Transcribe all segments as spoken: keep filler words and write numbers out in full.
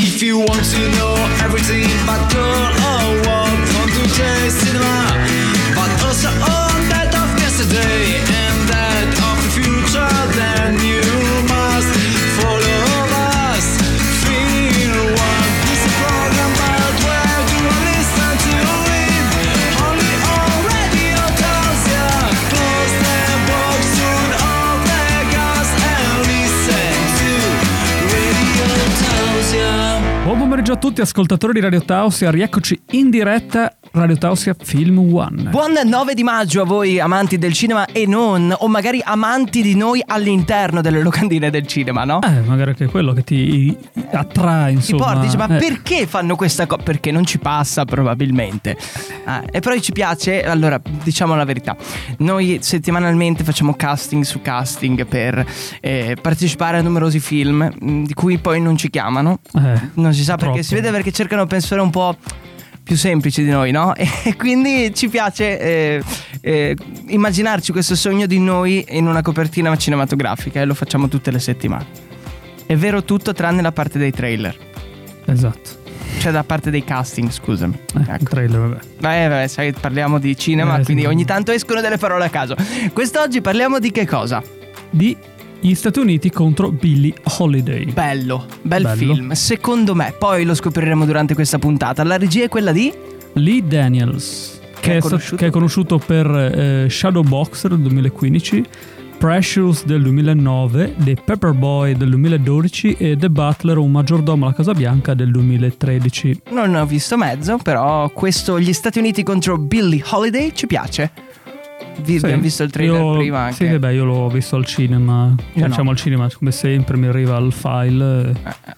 If you want to know everything about girl or what from today's cinema, but also on that of yesterday and that of the future, then you must follow us. Feel one. This is a program about where do I listen to it? Only on Radio Tausia. Close the box, turn off the gas and listen to Radio Tausia. Buon pomeriggio a tutti ascoltatori di Radio Tausia, rieccoci in diretta Radio Tausia Film One. Buon nove di maggio a voi amanti del cinema e non, o magari amanti di noi all'interno delle locandine del cinema, no? Eh, magari anche quello che ti attrae, insomma. Ti porti, dice, ma eh. perché fanno questa cosa? Perché non ci passa probabilmente. Ah, e però ci piace, allora diciamo la verità. Noi settimanalmente facciamo casting su casting per eh, partecipare a numerosi film mh, di cui poi non ci chiamano. Eh, non si sa perché, troppo. si vede perché cercano persone un po' più semplici di noi, no? E quindi ci piace eh, eh, immaginarci questo sogno di noi in una copertina cinematografica e lo facciamo tutte le settimane. È vero tutto tranne la parte dei trailer. Esatto. Cioè da parte dei casting, scusami. Eh, Ecco. il trailer, vabbè. Vabbè, vabbè, sai, parliamo di cinema, Eh, quindi sì. ogni tanto escono delle parole a caso. Quest'oggi parliamo di che cosa? Di gli Stati Uniti contro Billie Holiday. Bello, bel Bello. film, secondo me. Poi lo scopriremo durante questa puntata. La regia è quella di... Lee Daniels, Che che, è è, sta- conosciuto- che è conosciuto per eh, Shadowboxer del duemilaquindici, Precious del duemilanove, The Paperboy del duemiladodici e The Butler, un maggiordomo alla Casa Bianca del duemilatredici. Non ho visto mezzo, però questo Gli Stati Uniti contro Billie Holiday ci piace. Vi Sì, abbiamo visto il trailer io- prima anche. Sì, beh, io l'ho visto al cinema. Io Facciamo no. al cinema, come sempre, mi arriva il file.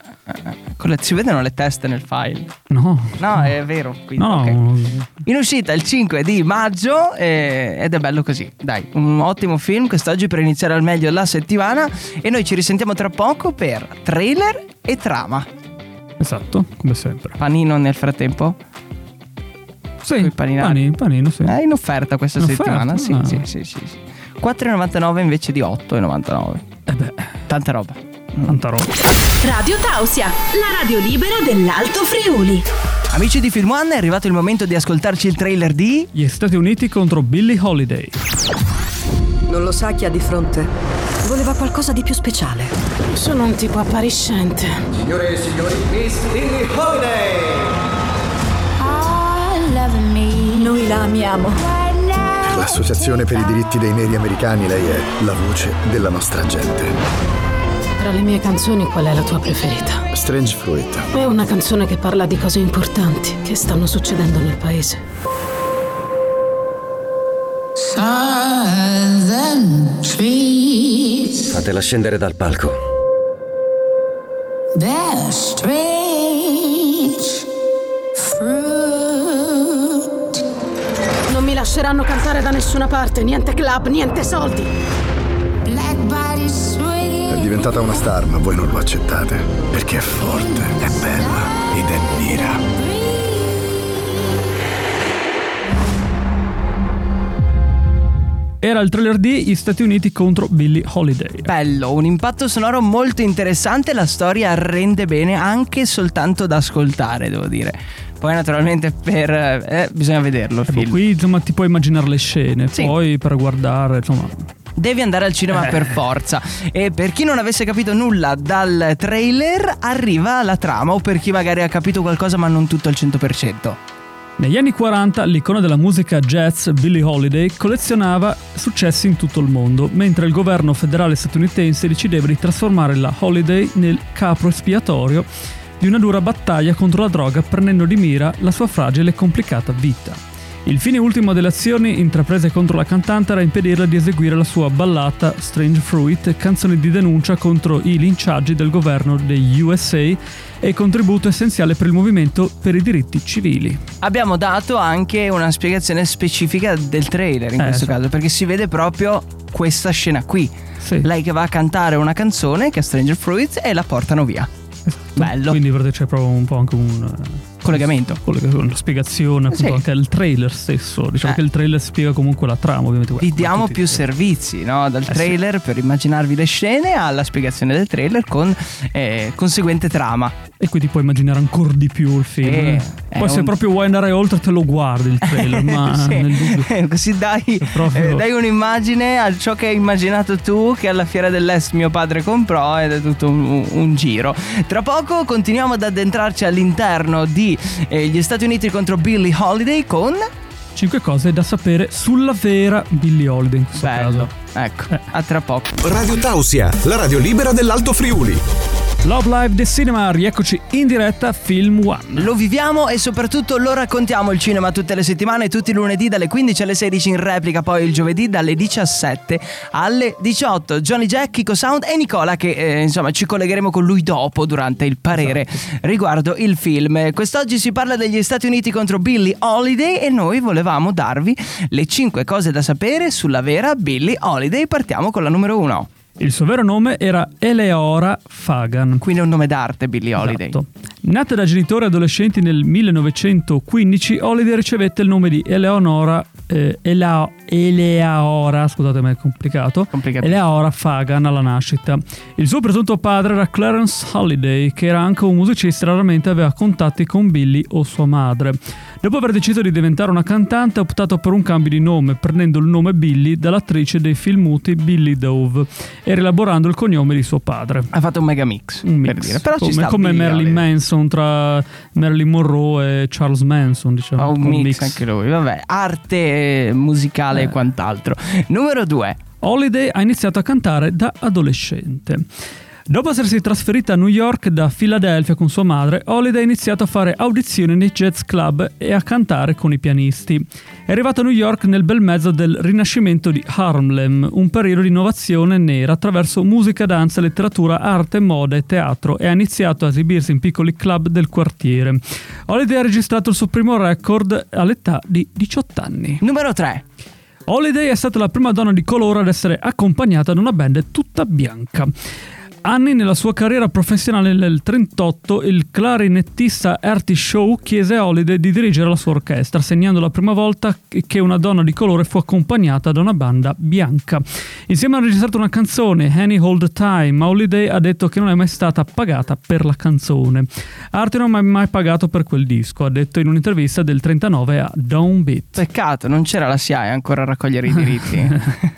Con le- si vedono le teste nel file. No. No, è vero. Quindi, No, ok. no. In uscita il cinque di maggio eh, ed è bello così. Dai, un ottimo film quest'oggi per iniziare al meglio la settimana. E noi ci risentiamo tra poco per trailer e trama. Esatto, come sempre. Panino nel frattempo? Sì, Coi paninari. pani, panino, sì. È in offerta questa In settimana. offerta? Sì, Ah. sì, sì, sì, sì. quattro e novantanove invece di otto e novantanove. Eh beh, Tanta roba. tanta roba. Radio Tausia, la radio libera dell'Alto Friuli. Amici di Film One, è arrivato il momento di ascoltarci il trailer di... Gli Stati Uniti contro Billie Holiday. Non lo sa chi ha di fronte? Voleva qualcosa di più speciale. Sono un tipo appariscente. Signore e signori, Miss Billie Holiday! Noi la amiamo. L'Associazione per i diritti dei neri americani, lei è la voce della nostra gente. Tra le mie canzoni, qual è la tua preferita? Strange Fruit. È una canzone che parla di cose importanti che stanno succedendo nel paese. Fatela scendere dal palco. Non mi lasceranno cantare da nessuna parte, niente club, niente soldi. È diventata una star, ma voi non lo accettate. Perché è forte, è bella ed è nera. Era il trailer di Gli Stati Uniti contro Billie Holiday. Bello, un impatto sonoro molto interessante. La storia rende bene anche soltanto da ascoltare, devo dire. Poi naturalmente per... Eh, bisogna vederlo il Eh, boh, film. qui insomma ti puoi immaginare le scene, Sì. poi per guardare, insomma. Devi andare al cinema Eh. per forza. E per chi non avesse capito nulla dal trailer, arriva la trama. O per chi magari ha capito qualcosa ma non tutto al cento per cento. Negli anni quaranta l'icona della musica jazz Billie Holiday collezionava successi in tutto il mondo, mentre il governo federale statunitense decideva di trasformare la Holiday nel capro espiatorio di una dura battaglia contro la droga, prendendo di mira la sua fragile e complicata vita. Il fine ultimo delle azioni intraprese contro la cantante era impedirle di eseguire la sua ballata Strange Fruit, canzone di denuncia contro i linciaggi del governo degli U S A e contributo essenziale per il movimento per i diritti civili. Abbiamo dato anche una spiegazione specifica del trailer in Eh, questo sì. caso, perché si vede proprio questa scena qui. Sì. Lei che va a cantare una canzone che è Stranger Fruit e la portano via. Esatto. Bello. Quindi vedete, c'è proprio un po' anche un Collegamento. una spiegazione appunto Sì. anche al trailer stesso. Diciamo Eh. che il trailer spiega comunque la trama, ovviamente. Vi diamo tutti- più servizi, no? Dal Eh, trailer per immaginarvi le scene alla spiegazione del trailer con eh, conseguente trama. e quindi puoi immaginare ancora di più il film. Eh, Poi se un... proprio vuoi andare oltre te lo guardi il trailer, ma sì. nel dubbio. Così dai, proprio... eh, dai un'immagine a ciò che hai immaginato tu, che alla Fiera dell'Est mio padre comprò, ed è tutto un, un giro. Tra poco continuiamo ad addentrarci all'interno di eh, gli Stati Uniti contro Billie Holiday con cinque cose da sapere sulla vera Billie Holiday in questo bello. caso. Ecco, eh. a tra poco. Radio Tausia, la radio libera dell'Alto Friuli. Love Live The Cinema, rieccoci in diretta Film One. Lo viviamo e soprattutto lo raccontiamo il cinema tutte le settimane, tutti i lunedì dalle quindici alle sedici, in replica poi il giovedì dalle diciassette alle diciotto. Johnny Jack, Kiko Sound e Nicola che eh, insomma ci collegheremo con lui dopo durante il parere esatto. riguardo il film. Quest'oggi si parla degli Stati Uniti contro Billie Holiday e noi volevamo darvi le cinque cose da sapere sulla vera Billie Holiday. Partiamo con la numero uno. Il suo vero nome era Eleora Fagan. Quindi è un nome d'arte, Billie Holiday. Esatto. Nata da genitori adolescenti nel millenovecentoquindici, Holiday ricevette il nome di Eleonora eh, Elea, Eleaora, scusate ma è complicato, Eleaora Fagan alla nascita. Il suo presunto padre era Clarence Holiday, che era anche un musicista e raramente aveva contatti con Billie o sua madre. Dopo aver deciso di diventare una cantante, ha optato per un cambio di nome, prendendo il nome Billie dall'attrice dei film muti Billie Dove e rielaborando il cognome di suo padre. Ha fatto un mega mix, un mix. Per dire. Però come, ci sta come Billie Marilyn Holiday. Manson, tra Marilyn Monroe e Charles Manson, diciamo. Ha un, un mix, mix anche lui, vabbè, arte musicale eh. e quant'altro. Numero due. Holiday ha iniziato a cantare da adolescente. Dopo essersi trasferita a New York da Filadelfia con sua madre, Holiday ha iniziato a fare audizioni nei jazz club e a cantare con i pianisti. È arrivata a New York nel bel mezzo del rinascimento di Harlem, un periodo di innovazione nera attraverso musica, danza, letteratura, arte, moda e teatro, e ha iniziato a esibirsi in piccoli club del quartiere. Holiday ha registrato il suo primo record all'età di diciotto anni. Numero tre. Holiday è stata la prima donna di colore ad essere accompagnata da una band tutta bianca. Anni nella sua carriera professionale, nel trentotto il clarinettista Artie Shaw chiese a Holiday di dirigere la sua orchestra, segnando la prima volta che una donna di colore fu accompagnata da una banda bianca. Insieme hanno registrato una canzone, Annie Hold the Time, ma Holiday ha detto che non è mai stata pagata per la canzone. Artie non ha mai pagato per quel disco, ha detto in un'intervista del trentanove a Downbeat. Peccato, non c'era la S I A E ancora a raccogliere i diritti.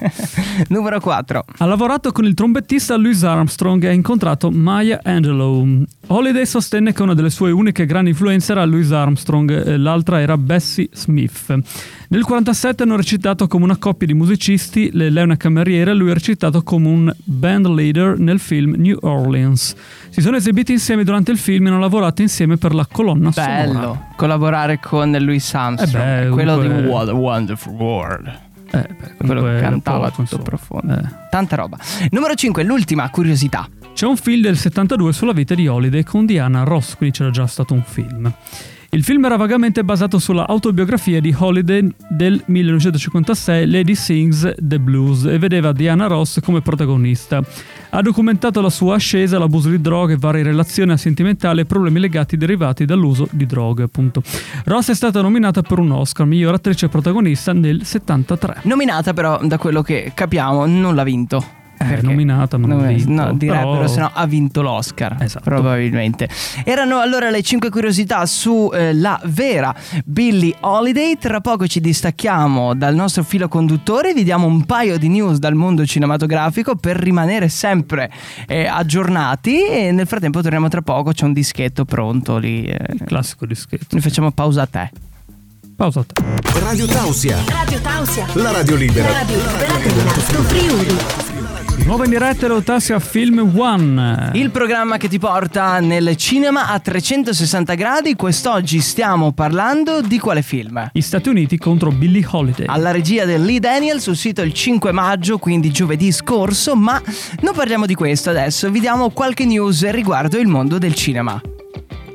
Numero quattro. Ha lavorato con il trombettista Louis Armstrong e ha incontrato Maya Angelou. Holiday sostenne che una delle sue uniche grandi influenze era Louis Armstrong, l'altra era Bessie Smith. Nel quarantasette hanno recitato come una coppia di musicisti, lei è una cameriera e lui ha recitato come un band leader nel film New Orleans. Si sono esibiti insieme durante il film e hanno lavorato insieme per la colonna sonora. Bello, collaborare con Louis Armstrong, eh beh, quello comunque... di What a Wonderful World. Eh, beh, quello che cantava poco, tutto profondo. Eh. Tanta roba. Numero cinque, l'ultima curiosità. C'è un film del settantadue sulla vita di Holiday con Diana Ross, quindi c'era già stato un film. Il film era vagamente basato sulla autobiografia di Holiday del millenovecentocinquantasei, Lady Sings the Blues, e vedeva Diana Ross come protagonista. Ha documentato la sua ascesa, l'abuso di droghe, varie relazioni sentimentali e problemi legati derivati dall'uso di droghe, appunto. Ross è stata nominata per un Oscar, miglior attrice protagonista nel settantatré. Nominata però, da quello che capiamo, non l'ha vinto. È nominata ma non ha vinto. No, direbbero, però... se no ha vinto l'Oscar. Esatto. Probabilmente. Erano allora le cinque curiosità su eh, la vera Billie Holiday. Tra poco ci distacchiamo dal nostro filo conduttore, vi diamo un paio di news dal mondo cinematografico per rimanere sempre eh, aggiornati, e nel frattempo torniamo tra poco, c'è un dischetto pronto lì. Eh. Il classico dischetto. Noi facciamo pausa a te. Pausa a te. Radio Tausia. Radio Tausia. La radio libera. La radio libera dell'Alto Friuli. Nuova in diretta lo Tausia Film One, il programma che ti porta nel cinema a trecentosessanta gradi. Quest'oggi stiamo parlando di quale film? Gli Stati Uniti contro Billie Holiday. Alla regia del Lee Daniels, uscito il cinque maggio, quindi giovedì scorso. Ma non parliamo di questo adesso, vi diamo qualche news riguardo il mondo del cinema.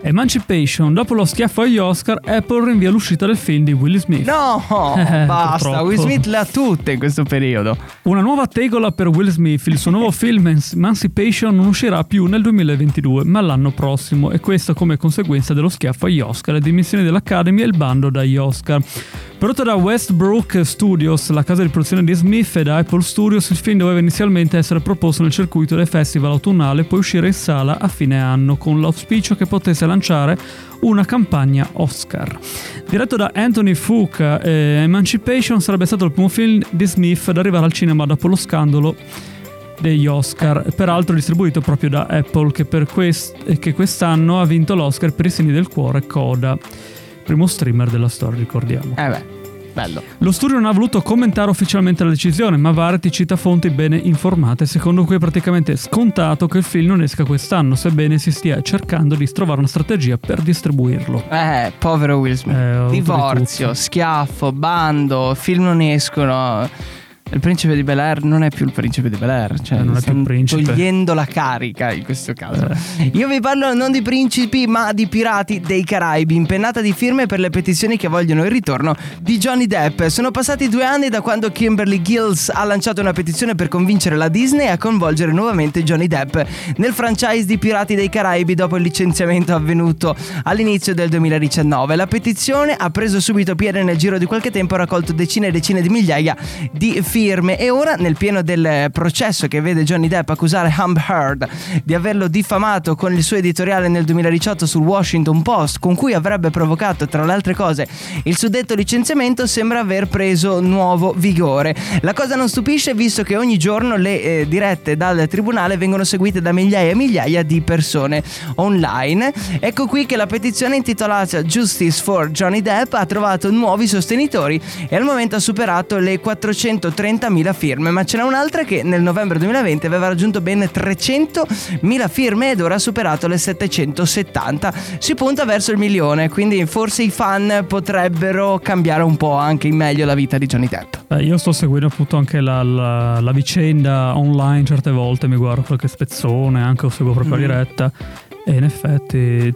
Emancipation. Dopo lo schiaffo agli Oscar, Apple rinvia l'uscita del film di Will Smith. No, Eh, basta, purtroppo. Will Smith le ha tutte in questo periodo. Una nuova tegola per Will Smith. Il suo nuovo film Emancipation non uscirà più nel duemilaventidue, ma l'anno prossimo, e questo come conseguenza dello schiaffo agli Oscar, le dimissioni dell'Academy e il bando dagli Oscar. Prodotto da Westbrook Studios, la casa di produzione di Smith, e da Apple Studios, il film doveva inizialmente essere proposto nel circuito dei festival autunnali e poi uscire in sala a fine anno, con l'auspicio che potesse lanciare una campagna Oscar. Diretto da Anthony Fuqua, eh, Emancipation sarebbe stato il primo film di Smith ad arrivare al cinema dopo lo scandalo degli Oscar, peraltro distribuito proprio da Apple, che, per quest- che quest'anno ha vinto l'Oscar per I segni del cuore Coda, primo streamer della storia, ricordiamo. Eh beh, bello. Lo studio non ha voluto commentare ufficialmente la decisione, ma Variety cita fonti bene informate, secondo cui è praticamente scontato che il film non esca quest'anno, sebbene si stia cercando di trovare una strategia per distribuirlo. Eh, povero Will Smith. Eh, ho avuto di Divorzio, tutto. schiaffo, bando, film non escono. Il principe di Bel-Air non è più il principe di Bel-Air, cioè Eh, non è più stanno il principe. togliendo la carica in questo caso. Eh. Io vi parlo non di principi ma di pirati dei Caraibi, impennata di firme per le petizioni che vogliono il ritorno di Johnny Depp. Sono passati due anni da quando Kimberly Gills ha lanciato una petizione per convincere la Disney a coinvolgere nuovamente Johnny Depp nel franchise di Pirati dei Caraibi dopo il licenziamento avvenuto all'inizio del duemiladiciannove. La petizione ha preso subito piede nel giro di qualche tempo, ha raccolto decine e decine di migliaia di firme. E ora, nel pieno del processo che vede Johnny Depp accusare Amber Heard di averlo diffamato con il suo editoriale nel duemiladiciotto sul Washington Post, con cui avrebbe provocato, tra le altre cose, il suddetto licenziamento, sembra aver preso nuovo vigore. La cosa non stupisce, visto che ogni giorno le eh, dirette dal tribunale vengono seguite da migliaia e migliaia di persone online. Ecco qui che la petizione intitolata Justice for Johnny Depp ha trovato nuovi sostenitori e al momento ha superato le quattrocentotrentamila firme, ma ce n'è un'altra che nel novembre duemilaventi aveva raggiunto ben trecentomila firme ed ora ha superato le settecentosettanta. Si punta verso il milione, quindi forse i fan potrebbero cambiare un po' anche in meglio la vita di Johnny Depp. Eh, io sto seguendo appunto anche la, la, la vicenda online, certe volte mi guardo qualche spezzone, anche lo seguo proprio Mm. a diretta. E in effetti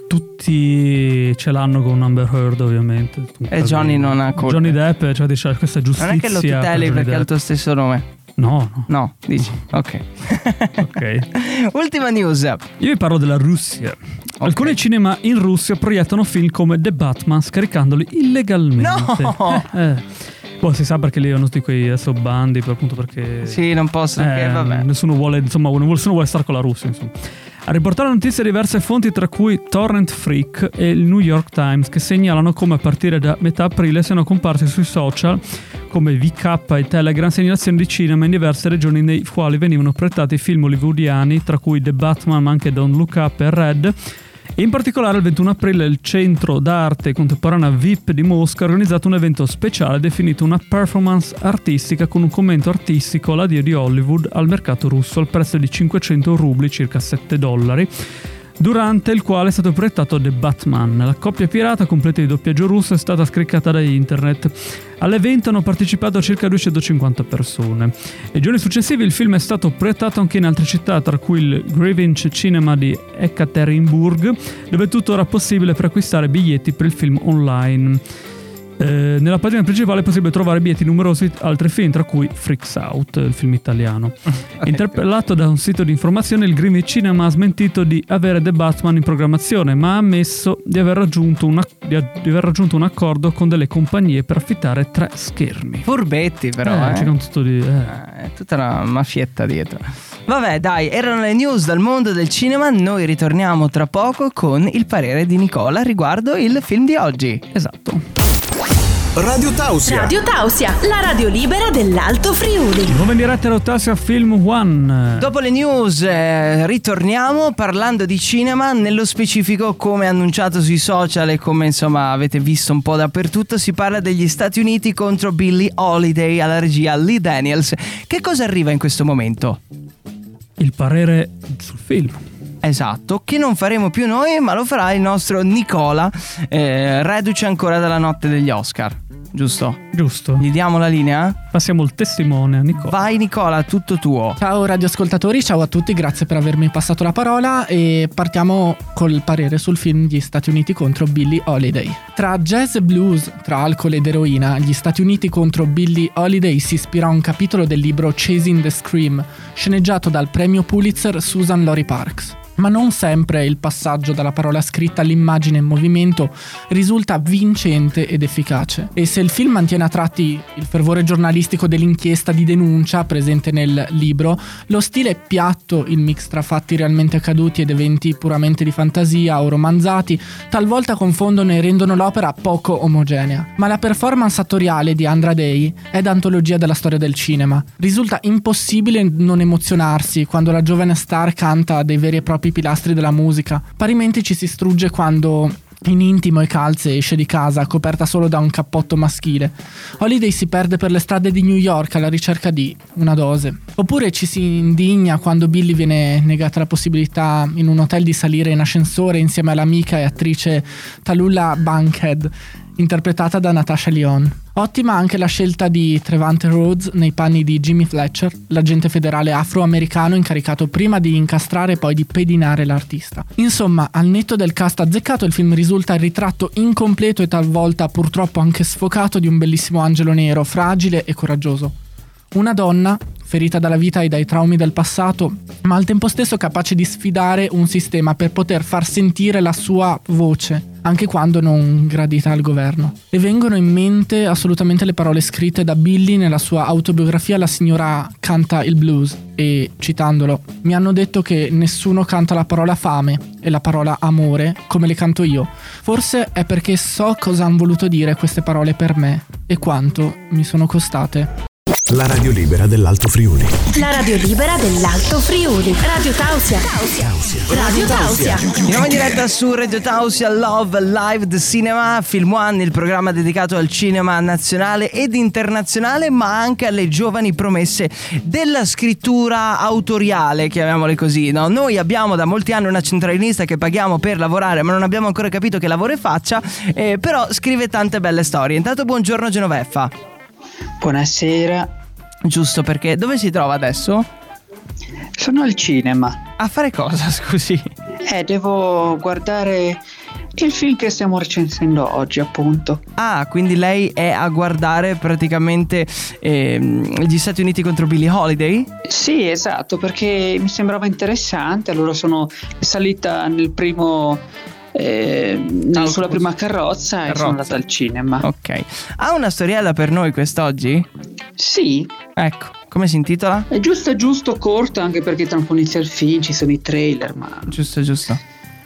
tutti ce l'hanno con Amber Heard, ovviamente. E Johnny non ha colpa. Johnny Depp, cioè dice questa è giustizia. Non è che lo per tuteli Johnny perché ha il Depp. tuo stesso nome. No, no. No, dici. Ok. Ok. Ultima news. Io vi parlo della Russia. Alcuni cinema in Russia proiettano film come The Batman scaricandoli illegalmente. No! Eh, eh. Boh, si sa perché lì hanno tutti quei adesso bandi, per appunto perché Sì, non posso, eh, che vabbè. nessuno vuole, insomma, nessuno vuole stare con la Russia, insomma. A riportare la notizia diverse fonti, tra cui Torrent Freak e il New York Times, che segnalano come a partire da metà aprile siano comparsi sui social come V K e Telegram segnalazioni di cinema in diverse regioni nei quali venivano proiettati film hollywoodiani, tra cui The Batman, ma anche Don't Look Up e Red. In particolare il ventuno aprile il Centro d'Arte Contemporanea V I P di Mosca ha organizzato un evento speciale definito una performance artistica con un commento artistico all'addio di Hollywood al mercato russo al prezzo di cinquecento rubli, circa sette dollari, durante il quale è stato proiettato The Batman. La coppia pirata completa di doppiaggio russo è stata scaricata da internet. All'evento hanno partecipato circa duecentocinquanta persone. Nei giorni successivi il film è stato proiettato anche in altre città, tra cui il Greenwich Cinema di Ekaterinburg, dove è tuttora possibile preacquistare biglietti per il film online. Eh, nella pagina principale è possibile trovare biglietti di numerosi altri film, tra cui Freaks Out, il film italiano. Interpellato da un sito di informazione, il Greenwich Cinema ha smentito di avere The Batman in programmazione, ma ha ammesso di aver raggiunto, una, di aver raggiunto un accordo con delle compagnie per affittare tre schermi. Furbetti però, Eh, eh. c'è con tutto di... eh. Eh, È tutta una maffietta dietro. Vabbè, dai, erano le news dal mondo del cinema. Noi ritorniamo tra poco con il parere di Nicola riguardo il film di oggi. Esatto. Radio Tausia. Radio Tausia, la radio libera dell'Alto Friuli. Nuova in diretta da Tausia Film One. Dopo le news eh, ritorniamo parlando di cinema, nello specifico, come annunciato sui social e come insomma avete visto un po' dappertutto, si parla degli Stati Uniti contro Billie Holiday alla regia Lee Daniels. Che cosa arriva in questo momento? Il parere sul film. Esatto, che non faremo più noi, ma lo farà il nostro Nicola, eh, reduce ancora dalla notte degli Oscar. giusto? Giusto. Gli diamo la linea? Passiamo il testimone a Nicola. Vai Nicola, tutto tuo. Ciao radioascoltatori, ciao a tutti, grazie per avermi passato la parola e partiamo col parere sul film Gli Stati Uniti contro Billie Holiday. Tra jazz e blues, tra alcol ed eroina, Gli Stati Uniti contro Billie Holiday si ispira a un capitolo del libro Chasing the Scream, sceneggiato dal premio Pulitzer Susan Lori Parks. Ma non sempre il passaggio dalla parola scritta all'immagine in movimento risulta vincente ed efficace. E se il film mantiene a tratti il fervore giornalistico dell'inchiesta di denuncia presente nel libro, lo stile è piatto, il mix tra fatti realmente accaduti ed eventi puramente di fantasia o romanzati, talvolta confondono e rendono l'opera poco omogenea. Ma la performance attoriale di Andra Day è d'antologia della storia del cinema. Risulta impossibile non emozionarsi quando la giovane star canta dei veri e propri pilastri della musica. Parimenti ci si strugge quando in intimo e calze esce di casa coperta solo da un cappotto maschile. Holiday si perde per le strade di New York alla ricerca di una dose. Oppure ci si indigna quando Billie viene negata la possibilità in un hotel di salire in ascensore insieme all'amica e attrice Tallulah Bankhead, interpretata da Natasha Lyonne. Ottima anche la scelta di Trevante Rhodes nei panni di Jimmy Fletcher, l'agente federale afroamericano incaricato prima di incastrare e poi di pedinare l'artista. Insomma, al netto del cast azzeccato, il film risulta il ritratto incompleto e talvolta purtroppo anche sfocato di un bellissimo angelo nero, fragile e coraggioso. Una donna, ferita dalla vita e dai traumi del passato, ma al tempo stesso capace di sfidare un sistema per poter far sentire la sua voce, anche quando non gradita al governo. E vengono in mente assolutamente le parole scritte da Billie nella sua autobiografia La signora canta il blues e, citandolo, mi hanno detto che nessuno canta la parola fame e la parola amore come le canto io. Forse è perché so cosa hanno voluto dire queste parole per me e quanto mi sono costate. La radio libera dell'Alto Friuli. La radio libera dell'Alto Friuli. Radio Tausia. Radio Tausia. Andiamo in diretta su Radio Tausia Love Live the Cinema, Film One, il programma dedicato al cinema nazionale ed internazionale, ma anche alle giovani promesse della scrittura autoriale, chiamiamole così, no? Noi abbiamo da molti anni una centralinista che paghiamo per lavorare, ma non abbiamo ancora capito che lavoro faccia, eh, però scrive tante belle storie. Intanto buongiorno Genoveffa. Buonasera. Giusto, perché dove si trova adesso? Sono al cinema. A fare cosa, scusi? Eh, devo guardare il film che stiamo recensendo oggi, appunto. Ah, quindi lei è a guardare praticamente eh, gli Stati Uniti contro Billie Holiday? Sì, esatto, perché mi sembrava interessante. Allora sono salita nel primo... Eh, no, sulla prima carrozza, carrozza e sono andata al cinema. Ok. Ha una storiella per noi quest'oggi? Sì. Ecco, come si intitola? È giusto, giusto, corto, anche perché tra un po' inizia il film, ci sono i trailer, ma... Giusto, giusto.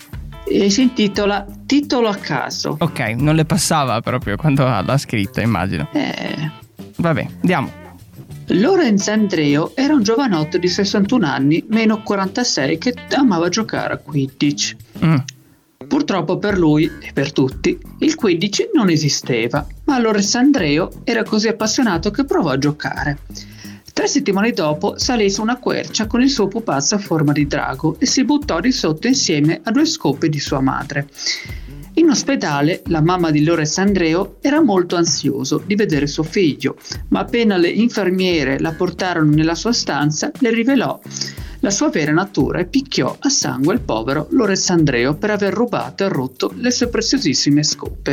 E si intitola Titolo a caso. Ok, non le passava proprio quando l'ha scritta, immagino. Eh... Vabbè, andiamo. Lorenz Andreo era un giovanotto di sessantuno anni, meno quarantasei, che amava giocare a Quidditch. Mm. Purtroppo per lui e per tutti il Quidditch non esisteva, ma Lorenz Andreo era così appassionato che provò a giocare. Tre settimane dopo salì su una quercia con il suo pupazzo a forma di drago e si buttò di sotto insieme a due scope di sua madre. In ospedale la mamma di Lorenz Andreo era molto ansioso di vedere suo figlio, ma appena le infermiere la portarono nella sua stanza le rivelò la sua vera natura e picchiò a sangue il povero Lorenz Andreo per aver rubato e rotto le sue preziosissime scope.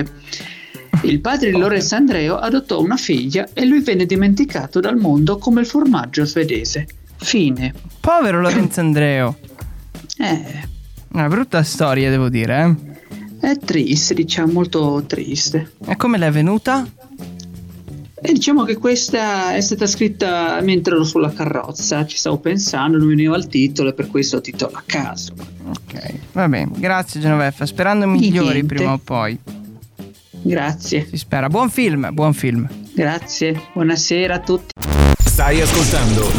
Il padre di Lorenz Andreo adottò una figlia e lui venne dimenticato dal mondo come il formaggio svedese. Fine. Povero Lorenz Andreo. Eh. Una brutta storia, devo dire, eh. È triste, diciamo, molto triste. E come l'è venuta? E diciamo che questa è stata scritta mentre ero sulla carrozza, ci stavo pensando, non mi veniva il titolo e per questo ho titolo a caso. Ok, va bene, grazie Genoveffa, sperando migliori Niente. prima o poi. Grazie. Si spera. Buon film, buon film. Grazie, buonasera a tutti. Stai ascoltando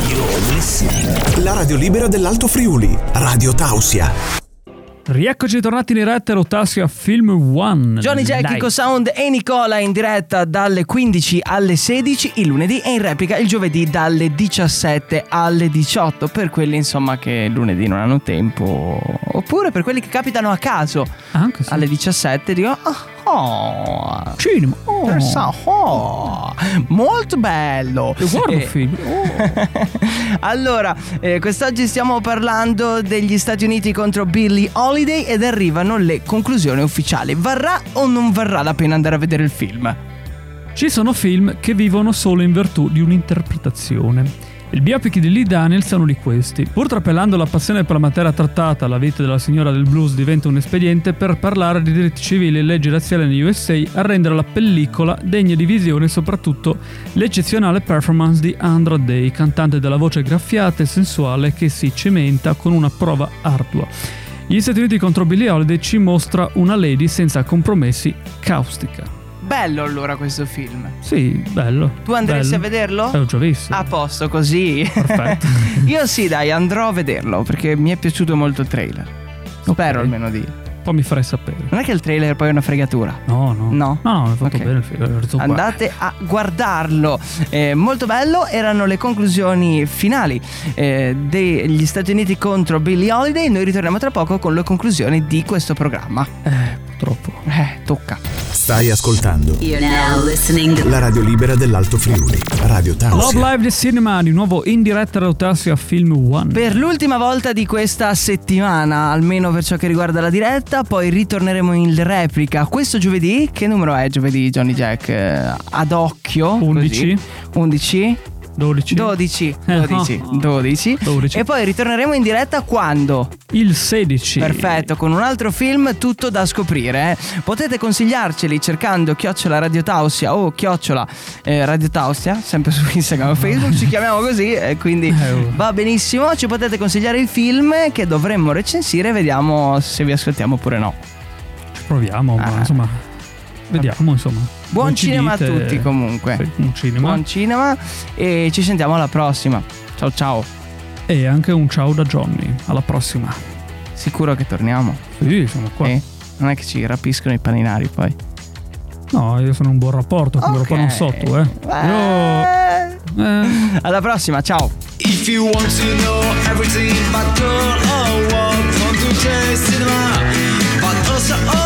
la radio libera dell'Alto Friuli, Radio Tausia. Rieccoci tornati in diretta a Tausia Film One. Johnny Jack, Kiko Sound e Nicola in diretta dalle quindici alle sedici il lunedì e in replica il giovedì dalle diciassette alle diciotto per quelli insomma che lunedì non hanno tempo, oppure per quelli che capitano a caso. Anche sì. Alle diciassette dico oh, Oh, cinema. Oh. Oh. Molto bello. Io guardo Eh, film. Oh. Allora, eh, quest'oggi stiamo parlando degli Stati Uniti contro Billie Holiday ed arrivano le conclusioni ufficiali. Varrà o non varrà la pena andare a vedere il film? Ci sono film che vivono solo in virtù di un'interpretazione. Il biopic di Lee Daniels è uno di questi. Pur trapelando la passione per la materia trattata, la vita della signora del blues diventa un espediente per parlare di diritti civili e leggi razziali negli U S A, a rendere la pellicola degna di visione soprattutto l'eccezionale performance di Andra Day, cantante dalla voce graffiata e sensuale che si cementa con una prova ardua. Gli Stati Uniti contro Billie Holiday ci mostra una lady senza compromessi, caustica. Bello allora questo film. Sì, bello. Tu andresti bello. a vederlo? Eh, ho già visto. A posto, così. Perfetto. Io sì, dai, andrò a vederlo perché mi è piaciuto molto il trailer. Spero Ok. almeno di. Poi mi farai sapere. Non è che il trailer poi è una fregatura. No, no. No? No, no, è fatto Ok. bene il film. L'ho detto, guarda. Andate a guardarlo. Eh, molto bello. Erano le conclusioni finali eh, degli Stati Uniti contro Billie Holiday. Noi ritorniamo tra poco con le conclusioni di questo programma. Eh, purtroppo. Eh, tocca. Stai ascoltando You're now listening. la radio libera dell'Alto Friuli, Radio Love Tausia. Live di Cinema, di nuovo in diretta Radio Tausia Film One. Per l'ultima volta di questa settimana, almeno per ciò che riguarda la diretta, poi ritorneremo in replica questo giovedì. Che numero è giovedì, Johnny Jack? Eh, ad occhio? undici. Così. undici? dodici. dodici. Eh, dodici. no. dodici. dodici. E poi ritorneremo in diretta quando? Il sedici. Perfetto, con un altro film tutto da scoprire. eh. Potete consigliarceli cercando chiocciola Radio Tausia o chiocciola eh, Radio Tausia, sempre su Instagram o Facebook, ci chiamiamo così, eh, quindi Eh, oh. va benissimo. Ci potete consigliare il film che dovremmo recensire, vediamo se vi ascoltiamo oppure no. Ci proviamo, ma Ah. insomma. Vediamo, insomma. Buon Voi ci cinema dite- a tutti comunque. Sì, buon cinema. Buon cinema e ci sentiamo alla prossima. Ciao ciao. E anche un ciao da Johnny. Alla prossima. Sicuro che torniamo? Sì, sono qua. Eh? Non è che ci rapiscono i paninari poi. No, io sono in un buon rapporto, quindi Ok. lo non so tu, eh. Io. Eh. Alla prossima, ciao. If you want to know everything about girl or what, come to J Cinema. But also